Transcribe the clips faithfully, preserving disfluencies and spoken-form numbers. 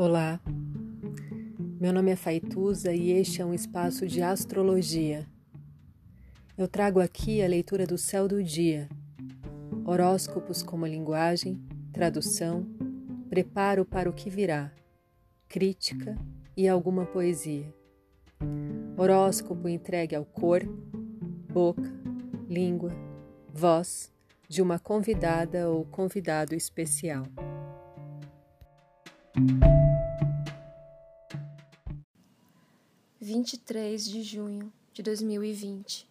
Olá, meu nome é Faituza e este é um espaço de astrologia. Eu trago aqui a leitura do céu do dia, horóscopos como linguagem, tradução, preparo para o que virá, crítica e alguma poesia. Horóscopo entregue ao corpo, boca, língua, voz de uma convidada ou convidado especial. vinte e três de junho de dois mil e vinte.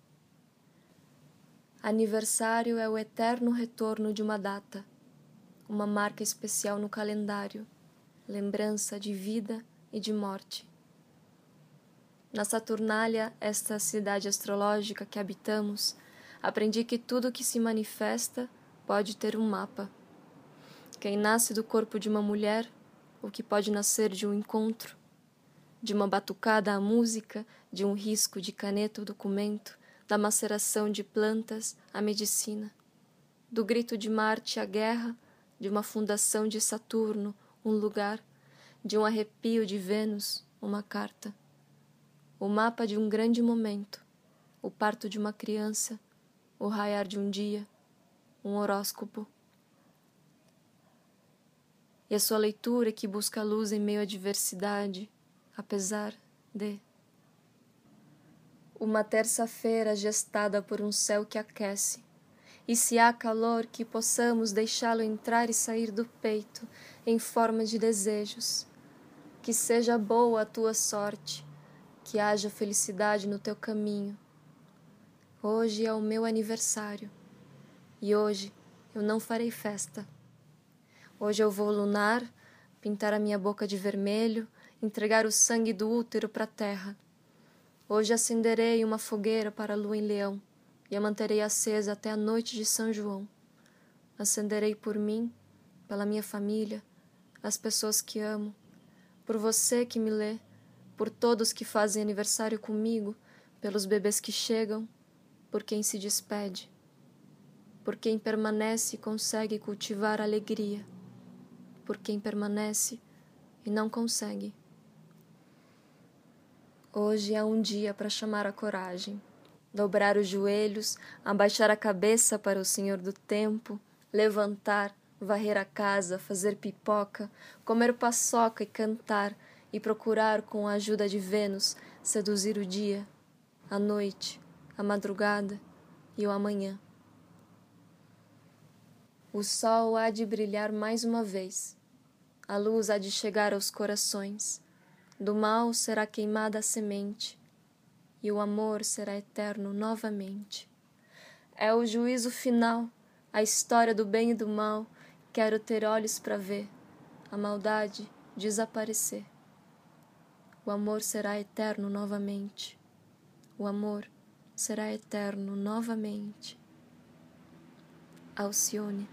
Aniversário é o eterno retorno de uma data, uma marca especial no calendário, lembrança de vida e de morte. Na Saturnália, esta cidade astrológica que habitamos, aprendi que tudo que se manifesta pode ter um mapa. Quem nasce do corpo de uma mulher, o que pode nascer de um encontro, de uma batucada à música, de um risco de caneta ou documento, da maceração de plantas à medicina, do grito de Marte à guerra, de uma fundação de Saturno, um lugar, de um arrepio de Vênus, uma carta. O mapa de um grande momento, o parto de uma criança, o raiar de um dia, um horóscopo. E a sua leitura que busca a luz em meio à diversidade, apesar de uma terça-feira gestada por um céu que aquece, e se há calor que possamos deixá-lo entrar e sair do peito em forma de desejos, que seja boa a tua sorte, que haja felicidade no teu caminho. Hoje é o meu aniversário, e hoje eu não farei festa. Hoje eu vou lunar, pintar a minha boca de vermelho, entregar o sangue do útero para a terra. Hoje acenderei uma fogueira para a lua em leão e a manterei acesa até a noite de São João. Acenderei por mim, pela minha família, as pessoas que amo, por você que me lê, por todos que fazem aniversário comigo, pelos bebês que chegam, por quem se despede, por quem permanece e consegue cultivar a alegria, por quem permanece e não consegue. Hoje é um dia para chamar a coragem, dobrar os joelhos, abaixar a cabeça para o Senhor do Tempo, levantar, varrer a casa, fazer pipoca, comer paçoca e cantar, e procurar com a ajuda de Vênus seduzir o dia, a noite, a madrugada e o amanhã. O sol há de brilhar mais uma vez, a luz há de chegar aos corações, do mal será queimada a semente, e o amor será eterno novamente. É o juízo final, a história do bem e do mal, quero ter olhos para ver, a maldade desaparecer. O amor será eterno novamente, o amor será eterno novamente. Alcione.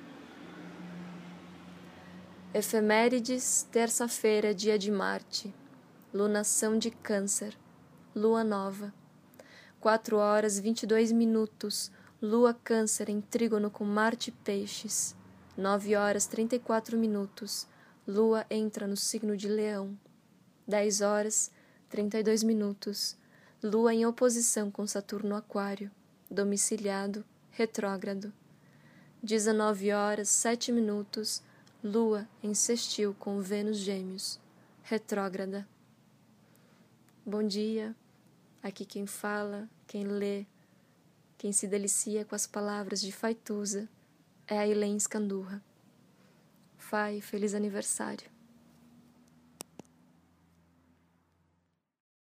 Efemérides, terça-feira, dia de Marte, lunação de Câncer, lua nova, quatro horas vinte e dois minutos, lua Câncer em trígono com Marte e Peixes, nove horas trinta e quatro minutos, lua entra no signo de Leão, dez horas trinta e dois minutos, lua em oposição com Saturno Aquário, domiciliado, retrógrado, dezenove horas sete minutos, lua em sextil com Vênus Gêmeos, retrógrada. Bom dia, aqui quem fala, quem lê, quem se delicia com as palavras de Faituza é a Elaine Scandurra. Fai, feliz aniversário.